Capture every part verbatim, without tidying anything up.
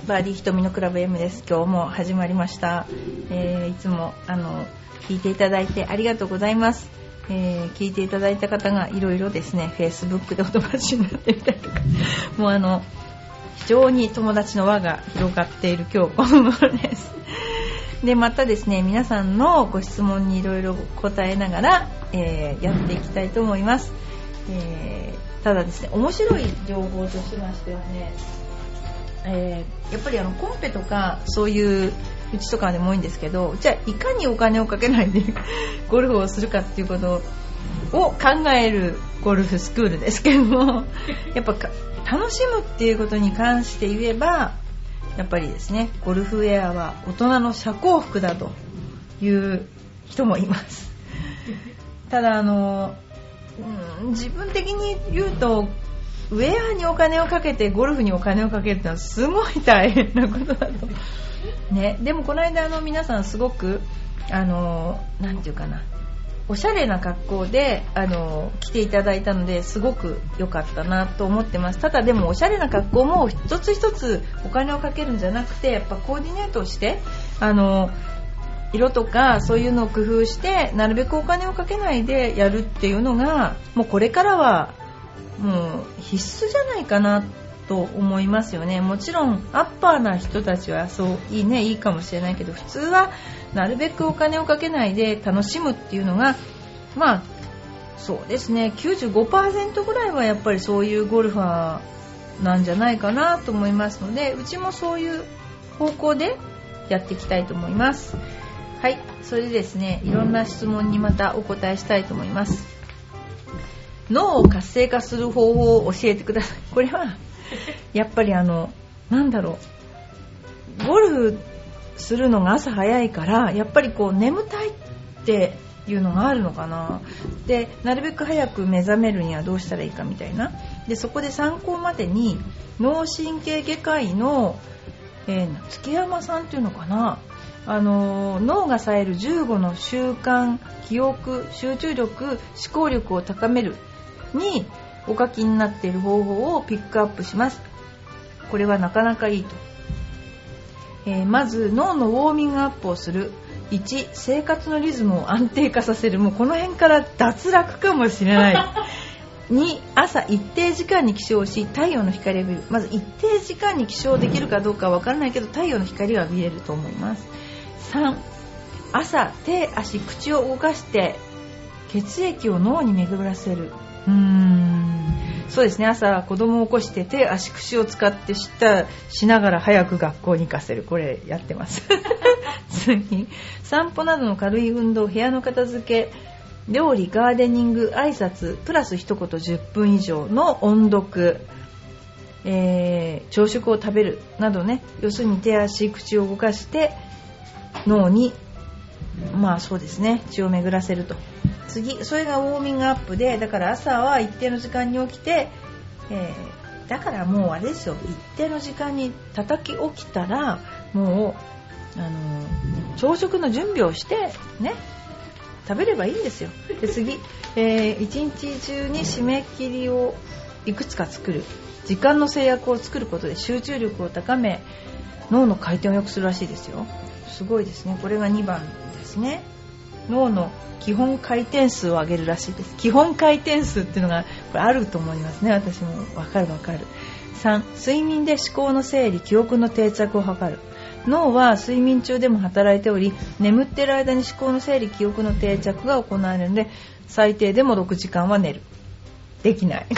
バーディーひとみのクラブ M です。今日も始まりました。えー、いつもあの聞いていただいてありがとうございます。えー、聞いていただいた方がいろいろですね、Facebook でお友達になってみたりとか、もうあの非常に友達の輪が広がっている今日この頃です。でまたですね、皆さんのご質問にいろいろ答えながら、えー、やっていきたいと思います。えー、ただですね、面白い情報としましてはね、えー、やっぱりあのコンペとかそういううちとかでも多いんですけど、じゃあいかにお金をかけないでゴルフをするかっていうことを考えるゴルフスクールですけども、やっぱか楽しむっていうことに関して言えばやっぱりですね、ゴルフウェアは大人の社交服だという人もいます。ただあの、うん、自分的に言うとウェアにお金をかけてゴルフにお金をかけるってのはすごい大変なことだと、ね、でもこの間あの皆さんすごくあのなんていうかな、おしゃれな格好であの来ていただいたのですごく良かったなと思ってます。ただでもおしゃれな格好も一つ一つお金をかけるんじゃなくて、やっぱコーディネートをしてあの色とかそういうのを工夫してなるべくお金をかけないでやるっていうのがもうこれからはもう必須じゃないかなと思いますよね。もちろんアッパーな人たちはそういいね、いいかもしれないけど、普通はなるべくお金をかけないで楽しむっていうのがまあそうですね、きゅうじゅうごパーセント ぐらいはやっぱりそういうゴルファーなんじゃないかなと思いますので、うちもそういう方向でやっていきたいと思います。はい、それでですね、いろんな質問にまたお答えしたいと思います。脳を活性化する方法を教えてください。これはやっぱりあのなんだろう、ゴルフするのが朝早いからやっぱりこう眠たいっていうのがあるのかな。でなるべく早く目覚めるにはどうしたらいいかみたいな。でそこで参考までに脳神経外科医の、えー、月山さんっていうのかな、あの脳が冴えるじゅうごの習慣、記憶、集中力、思考力を高めるにお書きになっている方法をピックアップします。これはなかなかいいと、えー、まず脳のウォーミングアップをする。いち、生活のリズムを安定化させる。もうこの辺から脱落かもしれないに、朝一定時間に起床し太陽の光を浴びる。まず一定時間に起床できるかどうかは分からないけど太陽の光を浴びれると思います。さん、朝手足口を動かして血液を脳に巡らせる。うーん、そうですね、朝子供を起こして手足口を使ってしたしながら早く学校に行かせる。これやってます次、散歩などの軽い運動、部屋の片付け、料理、ガーデニング、挨拶プラス一言じゅっぷん以上の音読、えー、朝食を食べるなどね、要するに手足口を動かして脳にまあそうですね、血を巡らせると。次、それがウォーミングアップで、だから朝は一定の時間に起きて、えー、だからもうあれですよ、一定の時間に叩き起きたらもう、あのー、朝食の準備をしてね食べればいいんですよ。で次、えー、一日中に締め切りをいくつか作る。時間の制約を作ることで集中力を高め脳の回転を良くするらしいですよ。すごいですね。これがにばんですね。脳の基本回転数を上げるらしいです。基本回転数っていうのがこれあると思いますね。私もわかるわかる。さん、睡眠で思考の整理、記憶の定着を図る。脳は睡眠中でも働いており、眠っている間に思考の整理、記憶の定着が行われるので、最低でもろくじかんは寝る。できない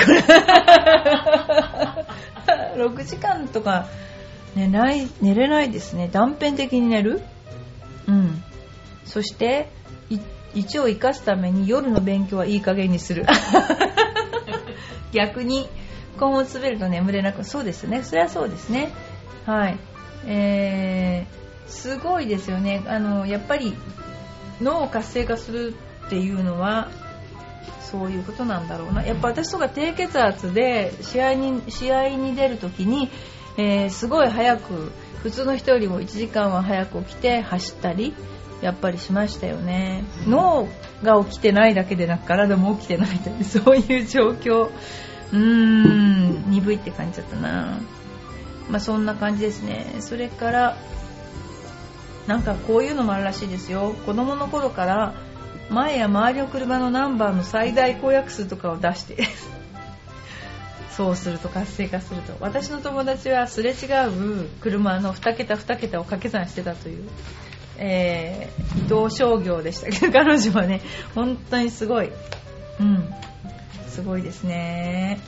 ろくじかんとか寝ない、寝れないですね。断片的に寝る。うん。そしていちを生かすために夜の勉強はいい加減にする逆に根を詰めると眠れなく。そうですね、それはそうですね。はい、えー、すごいですよね。あのやっぱり脳を活性化するっていうのはそういうことなんだろうな。やっぱ私とか低血圧で試合に試合に出るときに、えー、すごい早く、普通の人よりもいちじかんは早く起きて走ったりやっぱりしましたよね。脳が起きてないだけでなく体も起きてないというそういう状況。うーん、鈍いって感じだったな。 まあそんな感じですね。それからなんかこういうのもあるらしいですよ。子供の頃から前や周りの車のナンバーの最大公約数とかを出してそうすると活性化すると。私の友達はすれ違う車のに桁に桁を掛け算してたという、えー、伊藤商業でしたけど、彼女はね本当にすごい、うんすごいですね。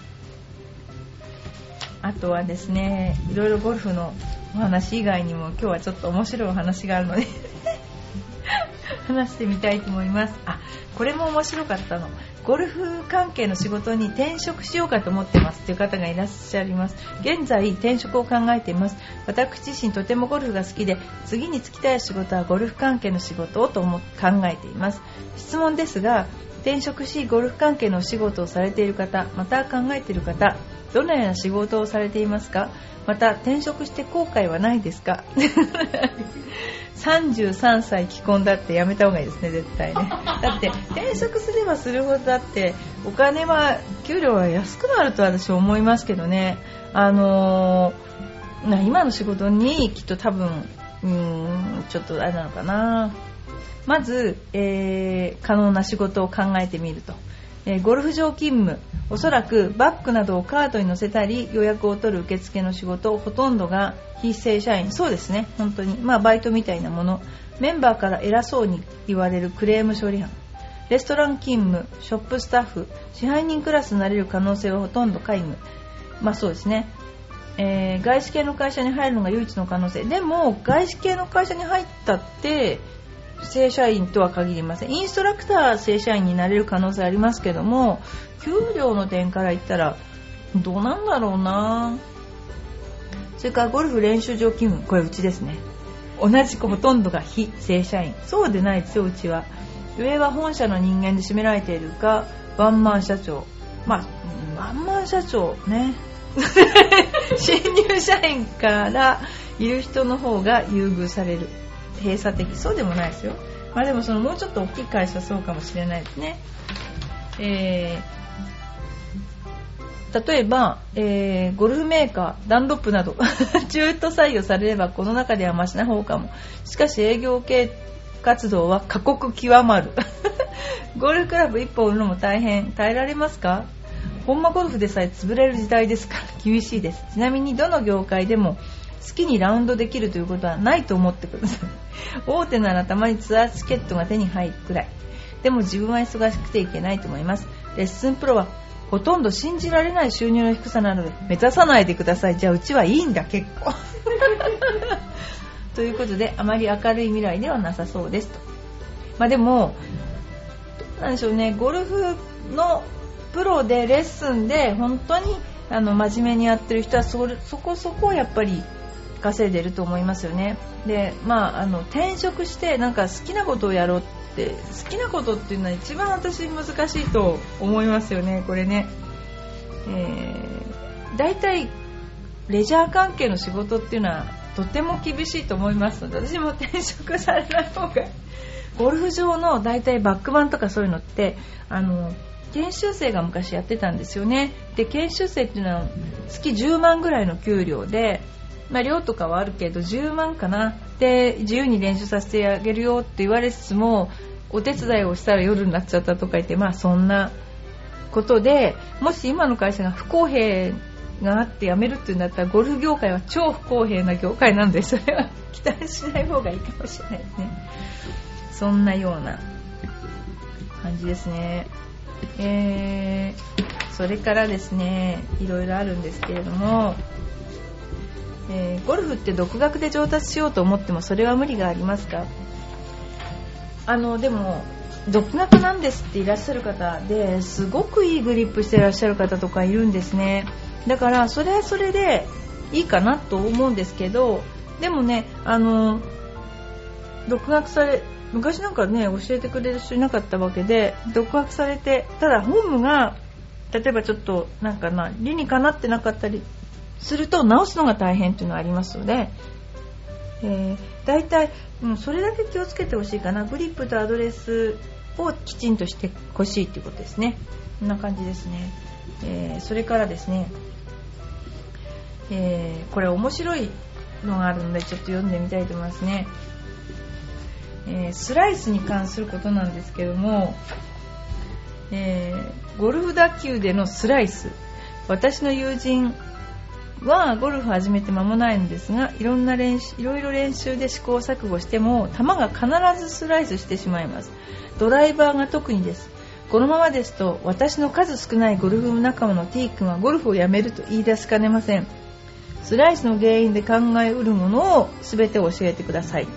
あとはですね、いろいろゴルフのお話以外にも今日はちょっと面白いお話があるので話してみたいと思います。あ、これも面白かったの。ゴルフ関係の仕事に転職しようかと思ってますという方がいらっしゃいます。現在転職を考えています。私自身とてもゴルフが好きで、次に就きたい仕事はゴルフ関係の仕事をと思考えています。質問ですが、転職しゴルフ関係のお仕事をされている方、また考えている方、どのような仕事をされていますか？また転職して後悔はないですか？さんじゅうさんさい既婚だってやめた方がいいですね、絶対ね。だって転職すればするほどだってお金は給料は安くなると私は思いますけどね。あのー、今の仕事にきっと多分うーんちょっとあれなのかな。まず、えー、可能な仕事を考えてみると、えー、ゴルフ場勤務、おそらくバッグなどをカートに載せたり予約を取る受付の仕事、ほとんどが非正社員。そうですね、本当にまあバイトみたいなもの。メンバーから偉そうに言われるクレーム処理班、レストラン勤務、ショップスタッフ、支配人クラスになれる可能性はほとんど皆無。まあそうですね、えー、外資系の会社に入るのが唯一の可能性。でも外資系の会社に入ったって正社員とは限りません。インストラクター正社員になれる可能性ありますけども、給料の点から言ったらどうなんだろうな。それからゴルフ練習場勤務、これうちですね。同じくほとんどが非正社員。そうでないですよ、うちは。上は本社の人間で占められているかワンマン社長。まあワンマン社長ね新入社員からいる人の方が優遇される。閉鎖的。そうでもないですよ。まあでもそのもうちょっと大きい会社はそうかもしれないですね。えー、例えば、えー、ゴルフメーカー、ダンロップなど中途採用されればこの中ではマシな方かも。しかし営業系活動は過酷極まるゴルフクラブ一本売るのも大変。耐えられますか？ほんまゴルフでさえ潰れる時代ですから厳しいです。ちなみにどの業界でも好きにラウンドできるということはないと思ってください。大手ならたまにツアーチケットが手に入るくらい。でも自分は忙しくていけないと思います。レッスンプロはほとんど信じられない収入の低さなので目指さないでください。じゃあうちはいいんだ結構ということであまり明るい未来ではなさそうですと。まあでもどうなんでしょうね。ゴルフのプロでレッスンで本当にあの真面目にやってる人は そ, そこそこやっぱり稼いでると思いますよね。で、まあ、あの転職してなんか好きなことをやろうって好きなことっていうのは一番私難しいと思いますよね。これね、えー、だいたいレジャー関係の仕事っていうのはとても厳しいと思いますので、私も転職されない方がゴルフ場のだいたいバックバンとかそういうのってあの研修生が昔やってたんですよね。で研修生っていうのは月じゅうまんぐらいの給料で、まあ、寮とかはあるけどじゅうまんかなで自由に練習させてあげるよって言われつつもお手伝いをしたら夜になっちゃったとか言って、まあそんなことで、もし今の会社が不公平があって辞めるっていうんだったらゴルフ業界は超不公平な業界なので、それは期待しない方がいいかもしれないですね。そんなような感じですね。えー、それからですね、いろいろあるんですけれども、えー、ゴルフって独学で上達しようと思ってもそれは無理がありますか？あのでも独学なんですっていらっしゃる方ですごくいいグリップしていらっしゃる方とかいるんですね。だからそれはそれでいいかなと思うんですけど、でもね、あの独学され昔なんかね教えてくれる人いなかったわけで、独学されてただ本部が例えばちょっとなんかな理にかなってなかったりすると直すのが大変っていうのがありますので、えー、だいたい、うん、それだけ気をつけてほしいかな。グリップとアドレスをきちんとしてほしいっていうことですね。こんな感じですね。えー、それからですね、 えー、これ面白いのがあるのでちょっと読んでみたいと思いますね。えー、スライスに関することなんですけども、えー、ゴルフ打球でのスライス、私の友人はゴルフ始めて間もないんですが、いろんな練習、いろいろ練習で試行錯誤しても球が必ずスライスしてしまいます。ドライバーが特にです。このままですと私の数少ないゴルフ仲間の T 君はゴルフをやめると言い出しかねません。スライスの原因で考えうるものをすべて教えてください。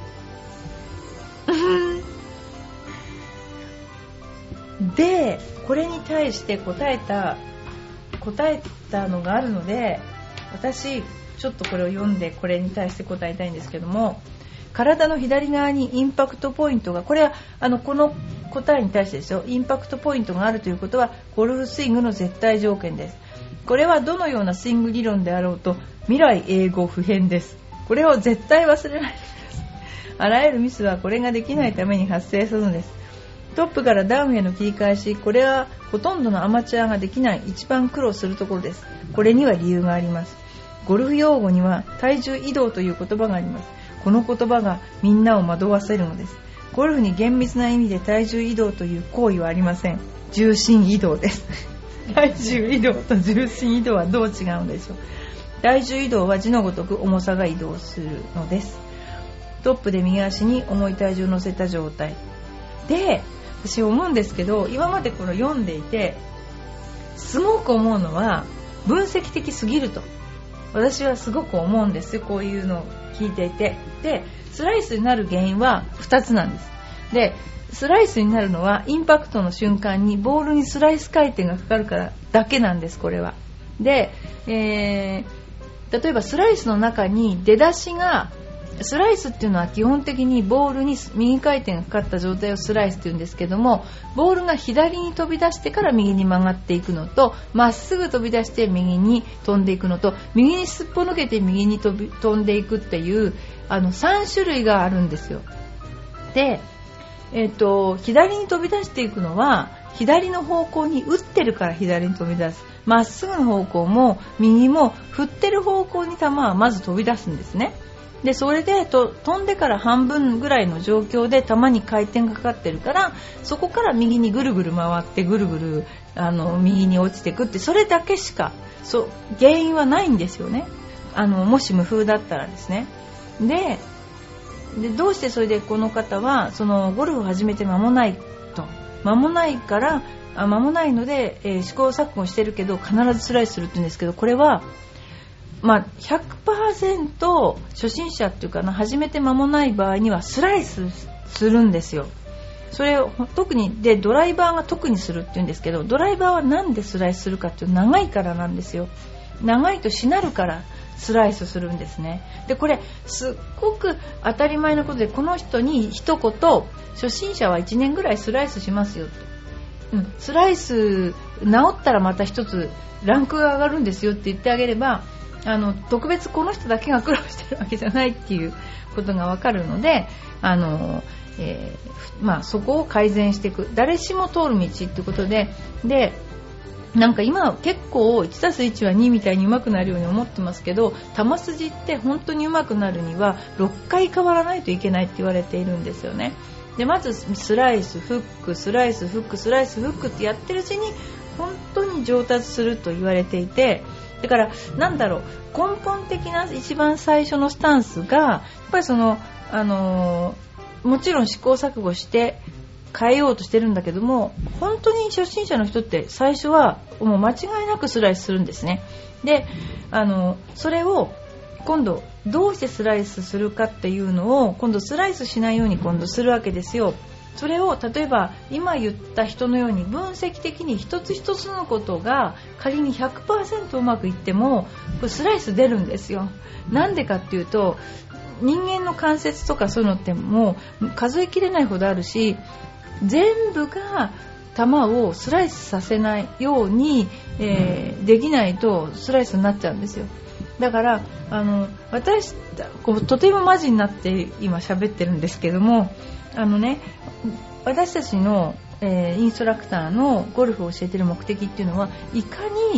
で、これに対して答えた答えたのがあるので、私ちょっとこれを読んでこれに対して答えたいんですけども、体の左側にインパクトポイントが、これはあのこの答えに対してですよ、インパクトポイントがあるということはゴルフスイングの絶対条件です。これはどのようなスイング理論であろうと未来永劫不変です。これを絶対忘れないでください。あらゆるミスはこれができないために発生するのです。トップからダウンへの切り返し、これはほとんどのアマチュアができない一番苦労するところです。これには理由があります。ゴルフ用語には体重移動という言葉があります。この言葉がみんなを惑わせるのです。ゴルフに厳密な意味で体重移動という行為はありません。重心移動です。体重移動と重心移動はどう違うんでしょう。体重移動は字のごとく重さが移動するのです。トップで右足に重い体重を乗せた状態で、私思うんですけど、今までこの読んでいてすごく思うのは分析的すぎると私はすごく思うんですよ。こういうのを聞いていて、でスライスになる原因はふたつなんです。でスライスになるのはインパクトの瞬間にボールにスライス回転がかかるからだけなんです。これはで、えー、例えばスライスの中に出だしが、スライスっていうのは基本的にボールに右回転がかかった状態をスライスっていうんですけども、ボールが左に飛び出してから右に曲がっていくのと、まっすぐ飛び出して右に飛んでいくのと、右にすっぽ抜けて右に飛び飛んでいくっていうあのさん種類があるんですよ。で、えーと、左に飛び出していくのは左の方向に打ってるから左に飛び出す。まっすぐの方向も右も振ってる方向に球はまず飛び出すんですね。でそれでと飛んでから半分ぐらいの状況で球に回転がかかってるから、そこから右にぐるぐる回ってぐるぐるあの右に落ちていくって、それだけしかそう原因はないんですよね。あのもし無風だったらですね。ででどうしてそれでこの方はそのゴルフを始めて間もないと間もないからあ間もないので、えー、試行錯誤してるけど必ずスライスするって言うんですけど、これはまあ、ひゃくパーセント 初心者っていうかな、始めて間もない場合にはスライスするんですよ。それを特にでドライバーが特にするって言うんですけど、ドライバーはなんでスライスするかっていうと長いからなんですよ。長いとしなるからスライスするんですね。でこれすっごく当たり前のことで、この人に一言初心者はいちねんぐらいスライスしますよと、うん、スライス治ったらまた一つランクが上がるんですよって言ってあげれば、あの特別この人だけが苦労してるわけじゃないっていうことが分かるので、あの、えーまあ、そこを改善していく、誰しも通る道っていうことで、でなんか今結構 いちたすいち はにみたいに上手くなるように思ってますけど、球筋って本当に上手くなるにはろっかい変わらないといけないって言われているんですよね。でまずスライスフックスライスフックスライスフックってやってるうちに本当に上達すると言われていて、だからなんだろう、根本的な一番最初のスタンスがやっぱりその、あのー、もちろん試行錯誤して変えようとしてるんだけども、本当に初心者の人って最初はもう間違いなくスライスするんですね。で、あのそれを今度どうしてスライスするかっていうのを今度スライスしないように今度するわけですよ。それを例えば今言った人のように分析的に一つ一つのことが仮に ひゃくパーセント うまくいってもこれスライス出るんですよ。なんでかっていうと、人間の関節とかそういうのってもう数えきれないほどあるし、全部が球をスライスさせないように、えー、できないとスライスになっちゃうんですよ。だからあの私こうとてもマジになって今喋ってるんですけども、あのね、私たちの、えー、インストラクターのゴルフを教えている目的っていうのは、いかに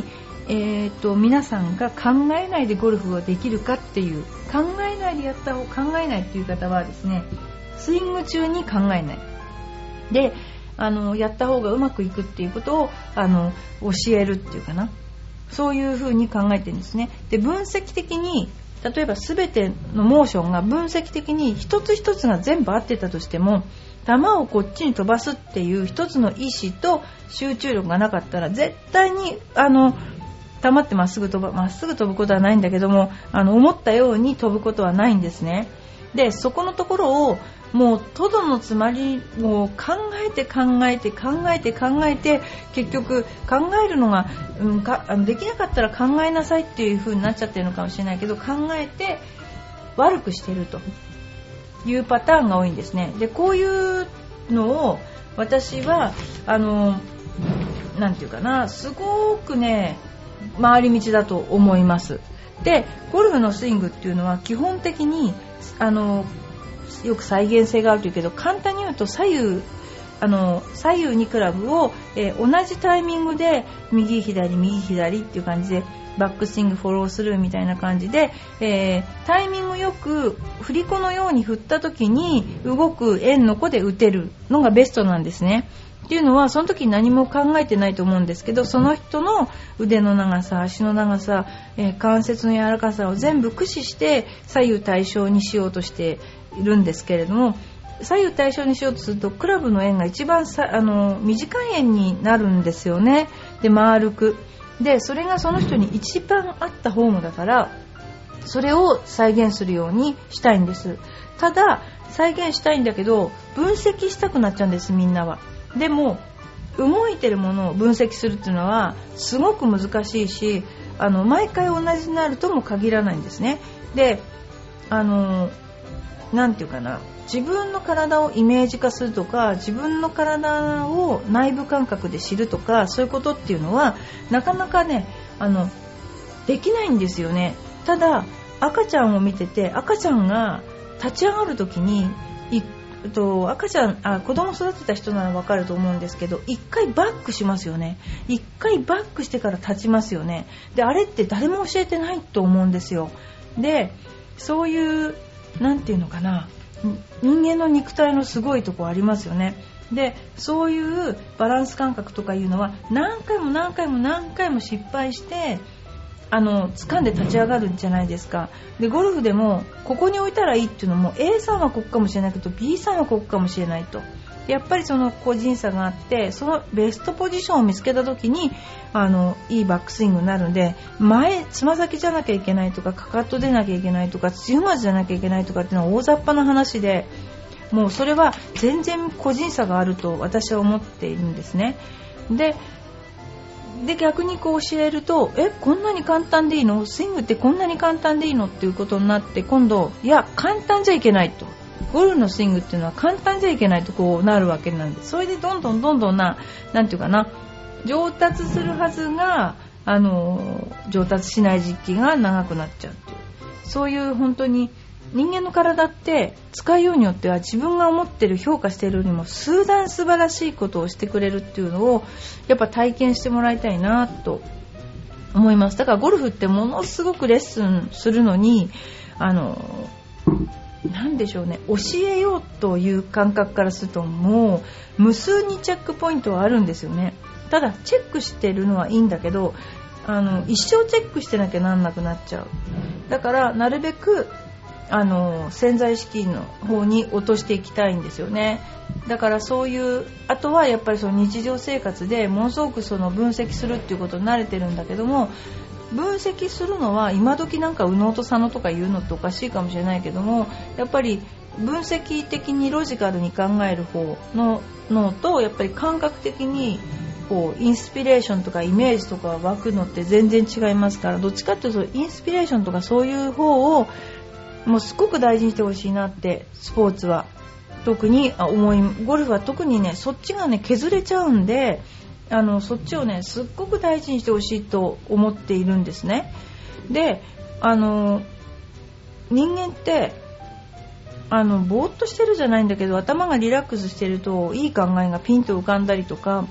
えー、と皆さんが考えないでゴルフができるかっていう、考えないでやった方考えないっていう方はですね、スイング中に考えないで、あのやった方がうまくいくっていうことをあの教えるっていうかな、そういう風に考えてるんですね。で、分析的に、例えば全てのモーションが分析的に一つ一つが全部合ってたとしても、球をこっちに飛ばすっていう一つの意思と集中力がなかったら、絶対にあの球ってまっすぐ飛ばまっすぐ飛ぶことはないんだけども、あの思ったように飛ぶことはないんですね。で、そこのところをもうトドのつまりを考えて考えて考えて考えて、結局考えるのが、うん、かできなかったら考えなさいっていう風になっちゃってるのかもしれないけど、考えて悪くしてるというパターンが多いんですね。で、こういうのを私はあのなんていうかな、すごくね回り道だと思います。で、ゴルフのスイングっていうのは基本的にあのよく再現性があるというけど、簡単に言うと左右あの左右にクラブを、えー、同じタイミングで右左右左っていう感じでバックスイングフォロースルーみたいな感じで、えー、タイミングよく振り子のように振った時に動く円の子で打てるのがベストなんですね。っていうのは、その時に何も考えてないと思うんですけど、その人の腕の長さ、足の長さ、えー、関節の柔らかさを全部駆使して左右対称にしようとしているんですけれども、左右対称にしようとするとクラブの円が一番さあの短い円になるんですよね。で、丸くで、それがその人に一番合ったフォームだから、それを再現するようにしたいんです。ただ再現したいんだけど、分析したくなっちゃうんです、みんなは。でも動いてるものを分析するっていうのはすごく難しいし、あの毎回同じになるとも限らないんですね。で、あのなんていうかな、自分の体をイメージ化するとか、自分の体を内部感覚で知るとか、そういうことっていうのはなかなかね、あのできないんですよね。ただ赤ちゃんを見てて、赤ちゃんが立ち上がるときにいと赤ちゃんあ子供育てた人ならわかると思うんですけど、一回バックしますよね。一回バックしてから立ちますよね。で、あれって誰も教えてないと思うんですよ。で、そういうなんていうのかな、人間の肉体のすごいとこありますよね。で、そういうバランス感覚とかいうのは何回も何回も何回も失敗してあの掴んで立ち上がるんじゃないですか。で、ゴルフでもここに置いたらいいっていうのも A さんはここかもしれないけど B さんはここかもしれないと。やっぱりその個人差があって、そのベストポジションを見つけた時にあのいいバックスイングになるんで、前つま先じゃなきゃいけないとか、かかと出なきゃいけないとか、土踏まずじゃなきゃいけないとかっていうのは大雑把な話で、もうそれは全然個人差があると私は思っているんですね。でで逆にこう教えると、えこんなに簡単でいいの、スイングってこんなに簡単でいいのっていうことになって、今度いや簡単じゃいけないと、ゴルフのスイングっていうのは簡単じゃいけないとこうなるわけなんです。それでどんどんどんどんななんていうかな、上達するはずがあの上達しない時期が長くなっちゃうっていう、そういう本当に人間の体って使いようによっては自分が思ってる評価してるよりも数段素晴らしいことをしてくれるっていうのをやっぱ体験してもらいたいなと思います。だからゴルフってものすごくレッスンするのにあのなんでしょうね、教えようという感覚からするともう無数にチェックポイントはあるんですよね。ただチェックしてるのはいいんだけど、あの一生チェックしてなきゃなんなくなっちゃう。だからなるべくあの潜在意識の方に落としていきたいんですよね。だからそういうあとはやっぱりその日常生活でものすごくその分析するっていうことに慣れてるんだけども、分析するのは今時なんか右脳と左脳とか言うのっておかしいかもしれないけども、やっぱり分析的にロジカルに考える方の脳と、やっぱり感覚的にこうインスピレーションとかイメージとか湧くのって全然違いますから、どっちかっていうとインスピレーションとかそういう方をもうすごく大事にしてほしいなって、スポーツは特に思い、ゴルフは特にねそっちがね削れちゃうんで、あのそっちをねすっごく大事にしてほしいと思っているんですね。で、あの人間ってあのぼーっとしてるじゃないんだけど、頭がリラックスしてるといい考えがピンと浮かんだりとか、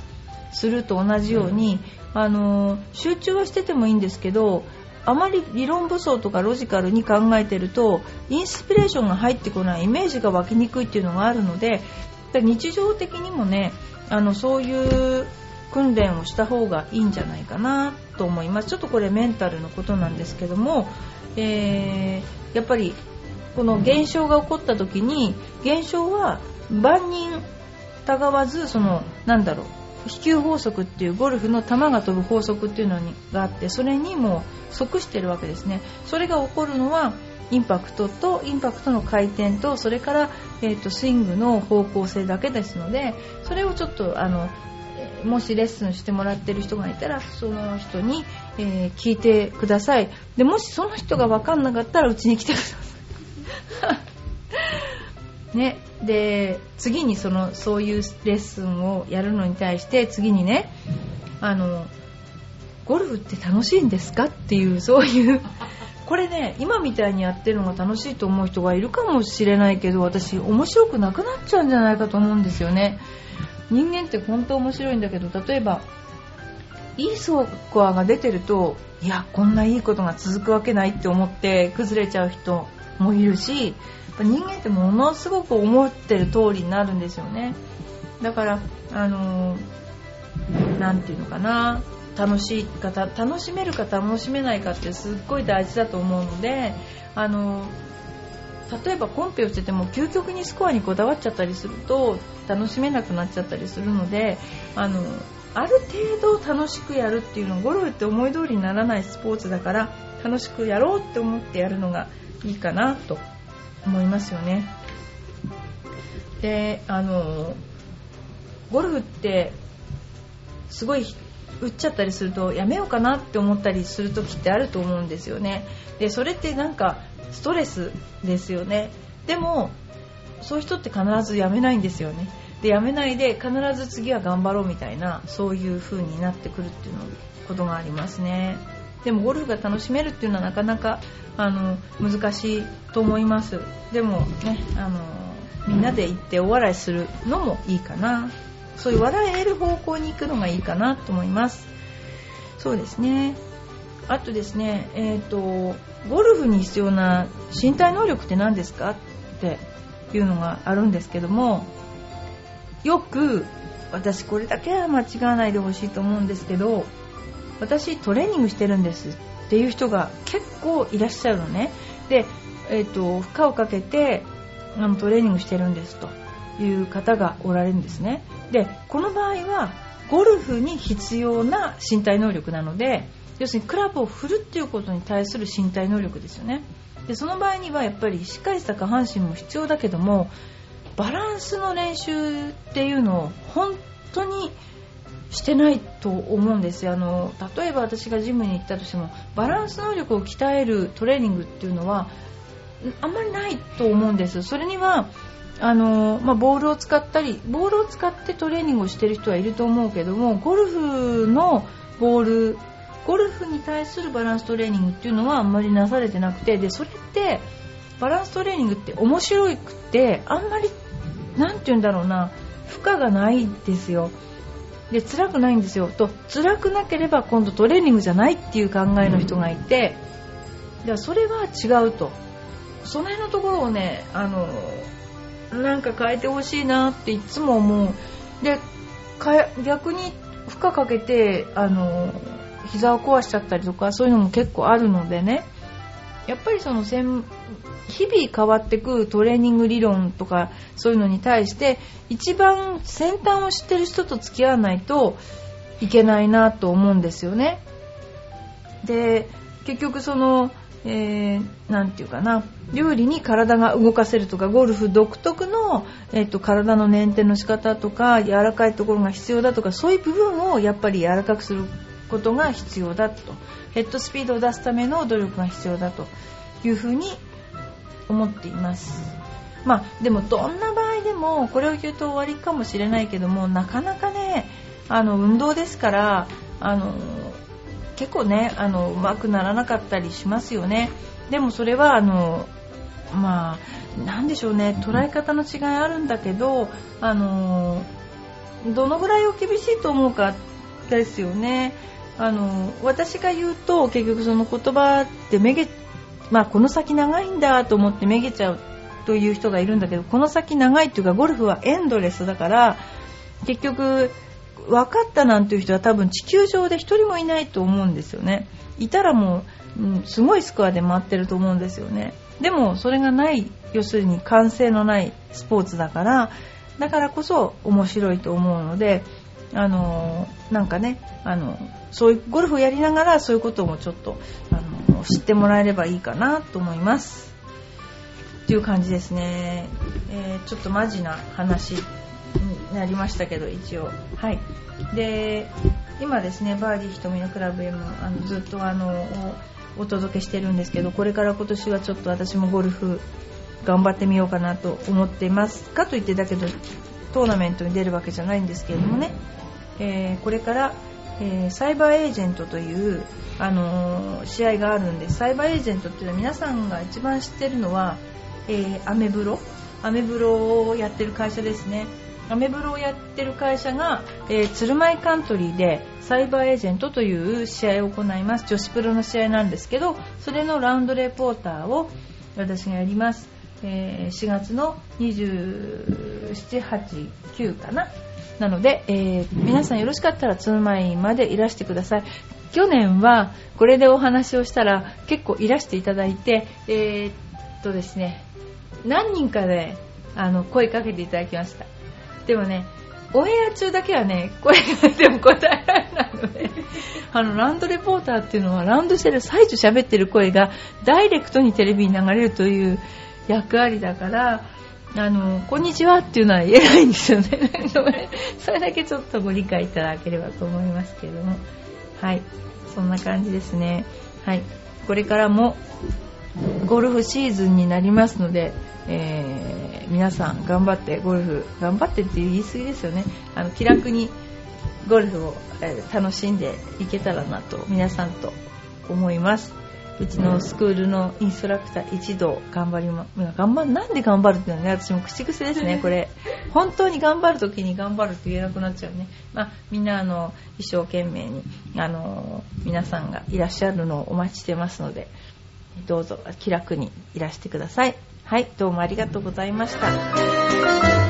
すると同じように、あの集中はしててもいいんですけど、あまり理論武装とかロジカルに考えてるとインスピレーションが入ってこない、イメージが湧きにくいっていうのがあるので、日常的にもね、あのそういう訓練をした方がいいんじゃないかなと思います。ちょっとこれメンタルのことなんですけども、えー、やっぱりこの現象が起こった時に、現象は万人たがわず、そのなんだろう、飛球法則っていうゴルフの球が飛ぶ法則っていうのがあって、それにも即してるわけですね。それが起こるのはインパクトとインパクトの回転と、それから、えーと、スイングの方向性だけですので、それをちょっとあのもしレッスンしてもらってる人がいたら、その人に、えー、聞いてください。でもしその人が分かんなかったらうちに来てくださいね。で次にそのそういうレッスンをやるのに対して、次にね、あのゴルフって楽しいんですかっていう、そういうこれね、今みたいにやってるのが楽しいと思う人がいるかもしれないけど、私面白くなくなっちゃうんじゃないかと思うんですよね。人間って本当面白いんだけど、例えばいいスコアが出てると、いやこんないいことが続くわけないって思って崩れちゃう人もいるし、人間ってものすごく思ってる通りになるんですよね。だからあのー、なんていうのかな、楽しいかた楽しめるか楽しめないかってすっごい大事だと思うので、あの例えばコンペをしてても究極にスコアにこだわっちゃったりすると楽しめなくなっちゃったりするので、あのある程度楽しくやるっていうの、ゴルフって思い通りにならないスポーツだから、楽しくやろうって思ってやるのがいいかなと思いますよね。で、あのゴルフってすごい打っちゃったりするとやめようかなって思ったりする時ってあると思うんですよね。でそれってなんかストレスですよね。でもそういう人って必ずやめないんですよね。でやめないで必ず次は頑張ろうみたいな、そういう風になってくるっていうのことがありますね。でもゴルフが楽しめるっていうのはなかなかあの難しいと思います。でもね、あのみんなで行ってお笑いするのもいいかな。そういう笑える方向に行くのがいいかなと思います。そうですね。あとですね、えーと、ゴルフに必要な身体能力って何ですかっていうのがあるんですけども、よく私これだけは間違わないでほしいと思うんですけど、私トレーニングしてるんですっていう人が結構いらっしゃるのね。で、えーと、負荷をかけてあのトレーニングしてるんですという方がおられるんですね。でこの場合はゴルフに必要な身体能力なので、要するにクラブを振るっていうことに対する身体能力ですよね。でその場合にはやっぱりしっかりした下半身も必要だけども、バランスの練習っていうのを本当にしてないと思うんですよ。あの例えば私がジムに行ったとしても、バランス能力を鍛えるトレーニングっていうのはあんまりないと思うんです。それにはあの、まあ、ボールを使ったりボールを使ってトレーニングをしている人はいると思うけども、ゴルフのボールゴルフに対するバランストレーニングっていうのはあんまりなされてなくて、でそれってバランストレーニングって面白くて、あんまりなんて言うんだろうな、負荷がないですよ。で辛くないんですよ。と辛くなければ今度トレーニングじゃないっていう考えの人がいて、でそれは違うと。その辺のところをね、あのなんか変えてほしいなっていつも思う。でか逆に負荷かけてあの膝を壊しちゃったりとか、そういうのも結構あるのでね、やっぱりその日々変わってくトレーニング理論とかそういうのに対して一番先端を知ってる人と付き合わないといけないなと思うんですよね。で結局そのえー、なんていうかな、有利に体が動かせるとか、ゴルフ独特の、えー、と体の捻転の仕方とか柔らかいところが必要だとか、そういう部分をやっぱり柔らかくすることが必要だと、ヘッドスピードを出すための努力が必要だというふうに思っています。まあでもどんな場合でもこれを言うと終わりかもしれないけども、なかなかね、あの運動ですから、あの結構ね、あのうまくならなかったりしますよね。でもそれはあのまあなんでしょうね、捉え方の違いあるんだけど、あのどのぐらいを厳しいと思うかですよね。あの私が言うと結局その言葉ってめげ、まあ、この先長いんだと思ってめげちゃうという人がいるんだけど、この先長いというかゴルフはエンドレスだから、結局分かったなんていう人は多分地球上で一人もいないと思うんですよね。いたらもう、うん、すごいスコアで回ってると思うんですよね。でもそれがない、要するに完成のないスポーツだから、だからこそ面白いと思うので、あのなんかね、あのそういうゴルフをやりながらそういうこともちょっとあの知ってもらえればいいかなと思いますっていう感じですね。えー、ちょっとマジな話になりましたけど、一応はい。で今ですね、バーディー瞳のクラブ M あのずっとあのお届けしてるんですけど、これから今年はちょっと私もゴルフ頑張ってみようかなと思っています。かといってだけどトーナメントに出るわけじゃないんですけれどもね、えー、これから、えー、サイバーエージェントという、あのー、試合があるんです。サイバーエージェントっていうのは皆さんが一番知ってるのは、えー、アメブロアメブロをやってる会社ですね。アメブロをやってる会社が、えー、鶴舞カントリーでサイバーエージェントという試合を行います。女子プロの試合なんですけど、それのラウンドレポーターを私がやります。えー、しがつのにじゅうなな、はち、きゅうかな。なので、えー、皆さんよろしかったら鶴舞までいらしてください。去年はこれでお話をしたら結構いらしていただいて、えー、っとですね、何人かであの声かけていただきました。でもね、オンエア中だけはね、声がでも答えられないので、あのラウンドレポーターっていうのはラウンドしてる最中喋ってる声がダイレクトにテレビに流れるという役割だから、あのこんにちはっていうのは言えないんですよね。それだけちょっとご理解いただければと思いますけれども、はい、そんな感じですね。はい、これからもゴルフシーズンになりますので、えー、皆さん頑張ってゴルフ頑張ってって言い過ぎですよね。あの気楽にゴルフを、えー、楽しんでいけたらなと皆さんと思います。うちのスクールのインストラクター一同頑張りま、頑張る、なんで頑張るっていうのはね、私も口癖ですね、これ。本当に頑張るときに頑張るって言えなくなっちゃうね。まあ、みんなあの、一生懸命に、あの、皆さんがいらっしゃるのをお待ちしてますので、どうぞ気楽にいらしてください。はい、どうもありがとうございました。